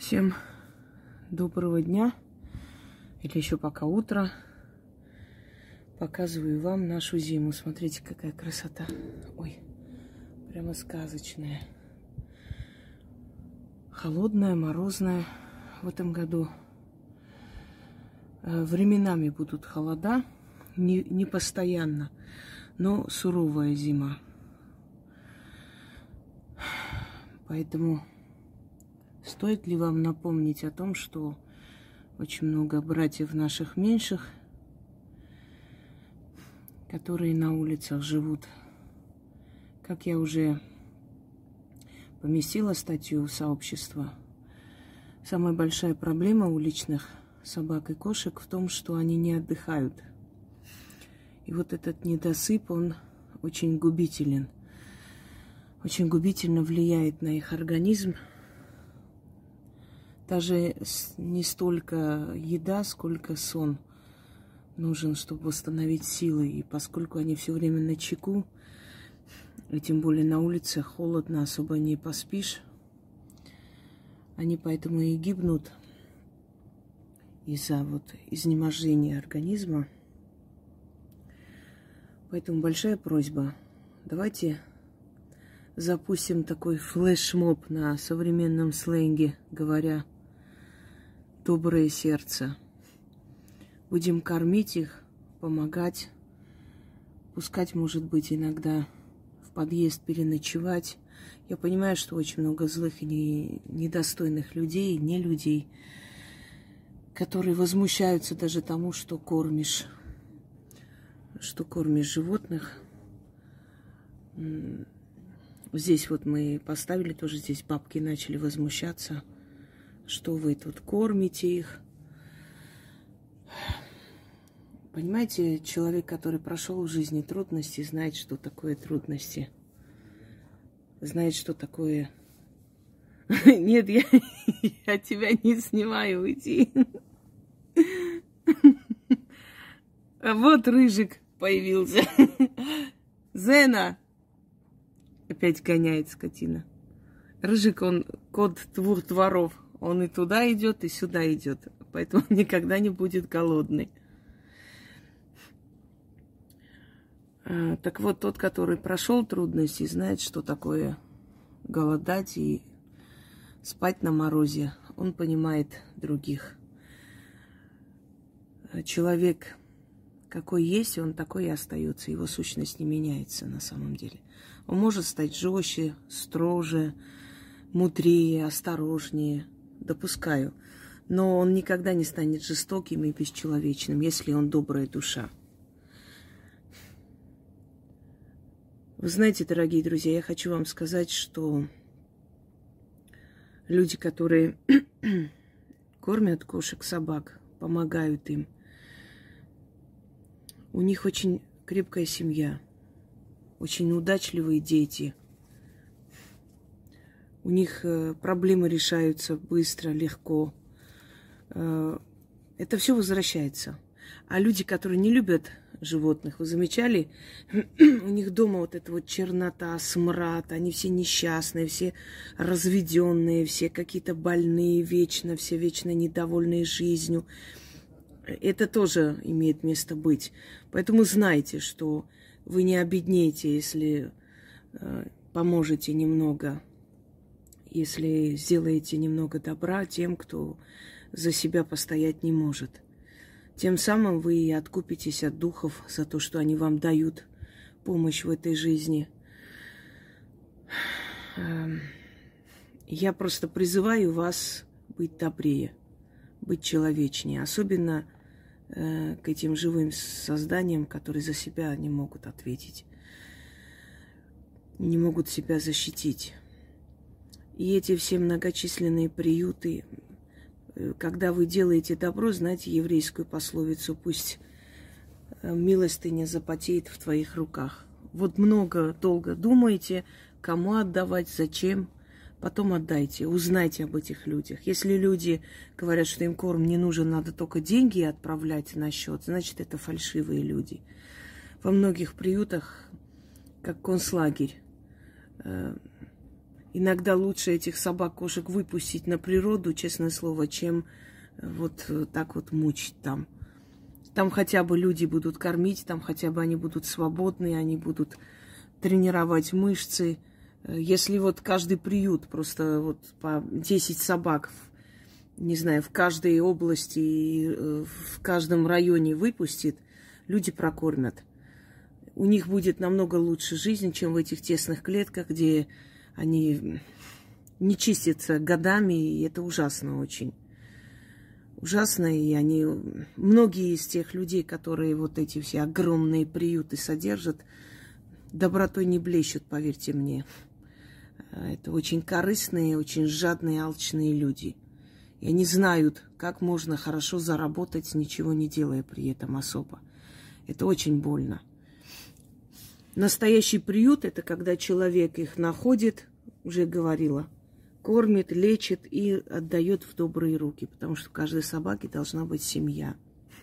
Всем доброго дня, или еще пока утро. Показываю вам нашу зиму. Смотрите, какая красота. Ой, прямо сказочная. Холодная, морозная в этом году. Временами будут холода, не постоянно, но суровая зима. Поэтому стоит ли вам напомнить о том, что очень много братьев наших меньших, которые на улицах живут. Как я уже поместила статью в сообщество, самая большая проблема уличных собак и кошек в том, что они не отдыхают. И вот этот недосып, он очень губителен. Очень губительно влияет на их организм. Даже не столько еда, сколько сон нужен, чтобы восстановить силы. И поскольку они все время на чеку, и тем более на улице холодно, особо не поспишь, они поэтому и гибнут из-за изнеможения организма. Поэтому большая просьба, давайте запустим такой флешмоб на современном сленге, говоря, доброе сердце. Будем кормить их, помогать, пускать, может быть, иногда в подъезд переночевать. Я понимаю, что очень много злых и недостойных людей, не людей, которые возмущаются даже тому, что кормишь животных. Здесь вот мы поставили, тоже здесь бабки начали возмущаться, что вы тут кормите их. Понимаете, человек, который прошел в жизни трудности, знает, что такое трудности. Знает, что такое... Нет, я тебя не снимаю, уйди. А вот Рыжик появился. Зена! Опять гоняет скотина. Рыжик, он кот двух дворов. Он и туда идет, и сюда идет. Поэтому он никогда не будет голодный. Так вот, тот, который прошел трудности, знает, что такое голодать и спать на морозе. Он понимает других. Человек какой есть, он такой и остается. Его сущность не меняется на самом деле. Он может стать жестче, строже, мудрее, осторожнее. Допускаю. Но он никогда не станет жестоким и бесчеловечным, если он добрая душа. Вы знаете, дорогие друзья, я хочу вам сказать, что люди, которые кормят кошек, собак, помогают им, у них очень крепкая семья, очень удачливые дети. У них проблемы решаются быстро, легко. Это все возвращается. А люди, которые не любят животных, вы замечали, у них дома вот эта вот чернота, смрад, они все несчастные, все разведенные, все какие-то больные вечно, все вечно недовольные жизнью. Это тоже имеет место быть. Поэтому знайте, что вы не обеднеете, если поможете немного, если сделаете немного добра тем, кто за себя постоять не может. Тем самым вы и откупитесь от духов за то, что они вам дают помощь в этой жизни. Я просто призываю вас быть добрее, быть человечнее, особенно к этим живым созданиям, которые за себя не могут ответить, не могут себя защитить. И эти все многочисленные приюты, когда вы делаете добро, знаете еврейскую пословицу: пусть милостыня запотеет в твоих руках. Вот долго думаете, кому отдавать, зачем, потом отдайте, узнайте об этих людях. Если люди говорят, что им корм не нужен, надо только деньги отправлять на счет, значит, это фальшивые люди. Во многих приютах, как концлагерь, Иногда лучше этих собак, кошек выпустить на природу, честное слово, чем вот так вот мучить там. Там хотя бы люди будут кормить, там хотя бы они будут свободны, они будут тренировать мышцы. Если вот каждый приют просто вот по 10 собак, не знаю, в каждой области, в каждом районе выпустит, люди прокормят. У них будет намного лучше жизнь, чем в этих тесных клетках, где они не чистятся годами, и это ужасно очень. Ужасно, и они... Многие из тех людей, которые вот эти все огромные приюты содержат, добротой не блещут, поверьте мне. Это очень корыстные, очень жадные, алчные люди. И они знают, как можно хорошо заработать, ничего не делая при этом особо. Это очень больно. Настоящий приют – это когда человек их находит, уже говорила, кормит, лечит и отдает в добрые руки, потому что у каждой собаки должна быть семья.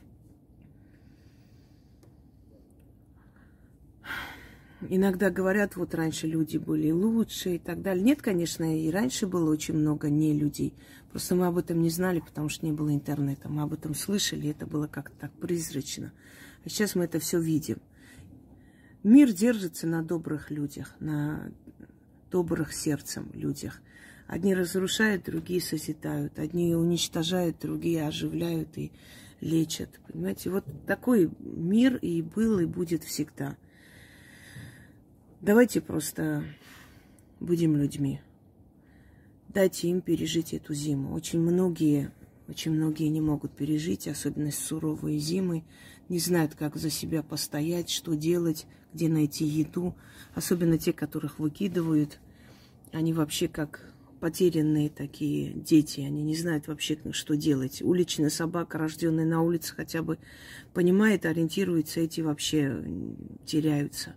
Иногда говорят, вот раньше люди были лучше и так далее. Нет, конечно, и раньше было очень много нелюдей. Просто мы об этом не знали, потому что не было интернета. Мы об этом слышали, это было как-то так призрачно. А сейчас мы это все видим. Мир держится на добрых людях, на добрых сердцем людях. Одни разрушают, другие созидают. Одни уничтожают, другие оживляют и лечат. Понимаете, вот такой мир и был, и будет всегда. Давайте просто будем людьми. Дайте им пережить эту зиму. Очень многие не могут пережить, особенно суровые зимы. Не знают, как за себя постоять, что делать, где найти еду. Особенно те, которых выкидывают. Они вообще как потерянные такие дети. Они не знают вообще, что делать. Уличная собака, рожденная на улице, хотя бы понимает, ориентируется, эти вообще теряются.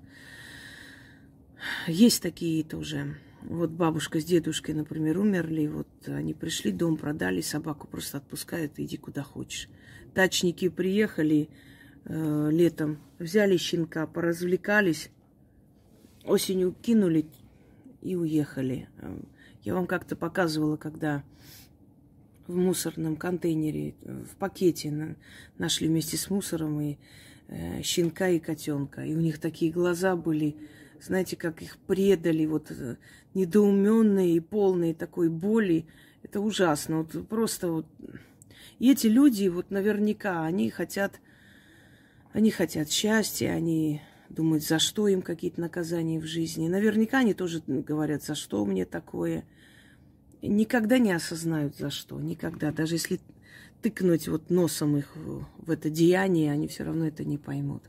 Есть такие тоже. Вот бабушка с дедушкой, например, умерли. Вот они пришли, дом продали, собаку просто отпускают, иди куда хочешь. Дачники приехали летом, взяли щенка, поразвлекались, осенью кинули и уехали. Я вам как-то показывала, когда в мусорном контейнере, в пакете нашли вместе с мусором и щенка, и котенка. И у них такие глаза были, знаете, как их предали, вот недоуменные и полные такой боли. Это ужасно. Вот просто вот. И эти люди, вот наверняка, они хотят счастья, они думают, за что им какие-то наказания в жизни. Наверняка они тоже говорят, за что мне такое. Никогда не осознают, за что. Никогда. Даже если тыкнуть вот носом их в это деяние, они все равно это не поймут.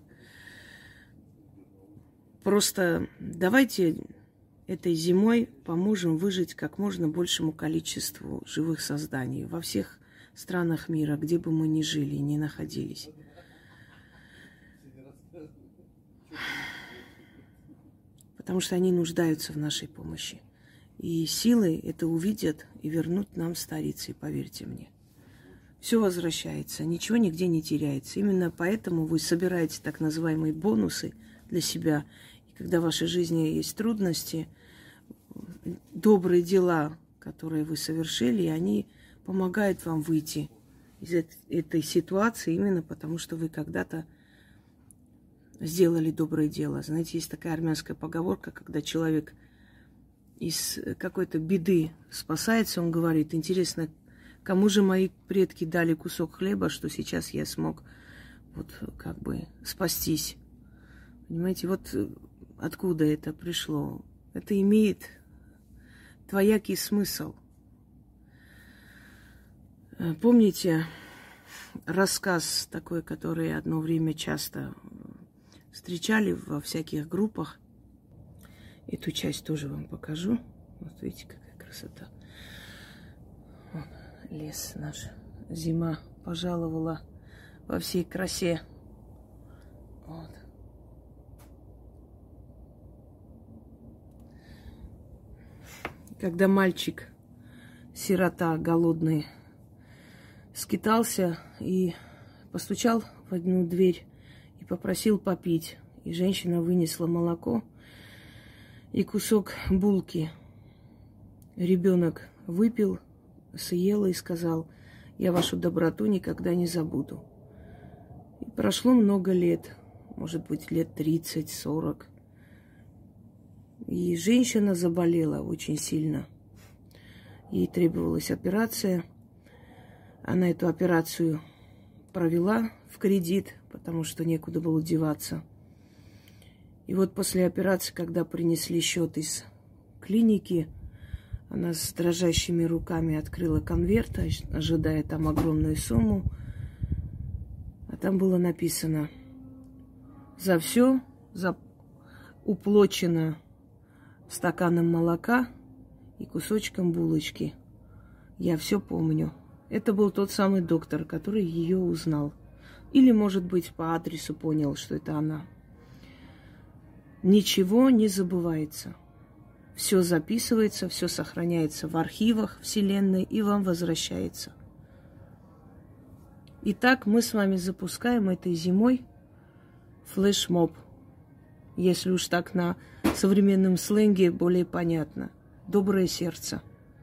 Просто давайте этой зимой поможем выжить как можно большему количеству живых созданий во всех странах мира, где бы мы ни жили и ни находились. Потому что они нуждаются в нашей помощи. И силы это увидят и вернут нам старицы, поверьте мне. Все возвращается, ничего нигде не теряется. Именно поэтому вы собираете так называемые бонусы для себя. И когда в вашей жизни есть трудности, добрые дела, которые вы совершили, они помогают вам выйти из этой ситуации именно потому, что вы когда-то сделали доброе дело. Знаете, есть такая армянская поговорка, когда человек из какой-то беды спасается, он говорит, интересно, кому же мои предки дали кусок хлеба, что сейчас я смог вот как бы спастись. Понимаете, вот откуда это пришло. Это имеет двоякий смысл. Помните рассказ такой, который одно время часто встречали во всяких группах? Эту часть тоже вам покажу. Вот видите, какая красота. Вон, лес наш. Зима пожаловала во всей красе. Вот. Когда мальчик, сирота, голодный, скитался и постучал в одну дверь и попросил попить. И женщина вынесла молоко и кусок булки. Ребенок выпил, съел и сказал: я вашу доброту никогда не забуду. И прошло много лет, может быть, лет 30-40. И женщина заболела очень сильно. Ей требовалась операция. Она эту операцию провела в кредит, потому что некуда было деваться. И вот после операции, когда принесли счет из клиники, она с дрожащими руками открыла конверт, ожидая там огромную сумму. А там было написано: за все уплочено стаканом молока и кусочком булочки. Я все помню. Это был тот самый доктор, который ее узнал. Или, может быть, по адресу понял, что это она. Ничего не забывается. Все записывается, все сохраняется в архивах Вселенной и вам возвращается. Итак, мы с вами запускаем этой зимой флешмоб. Если уж так на современном сленге более понятно. Доброе сердце.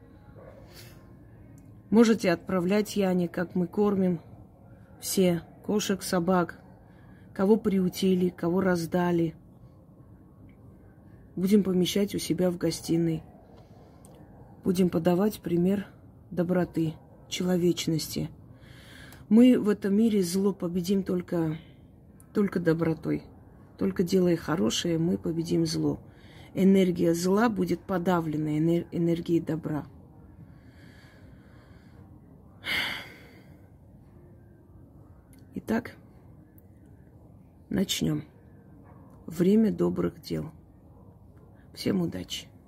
Можете отправлять Яне, как мы кормим все кошек, собак, кого приутили, кого раздали. Будем помещать у себя в гостиной. Будем подавать пример доброты, человечности. Мы в этом мире зло победим только добротой. Только делая хорошее, мы победим зло. Энергия зла будет подавлена энергией добра. Итак, начнем. Время добрых дел. Всем удачи!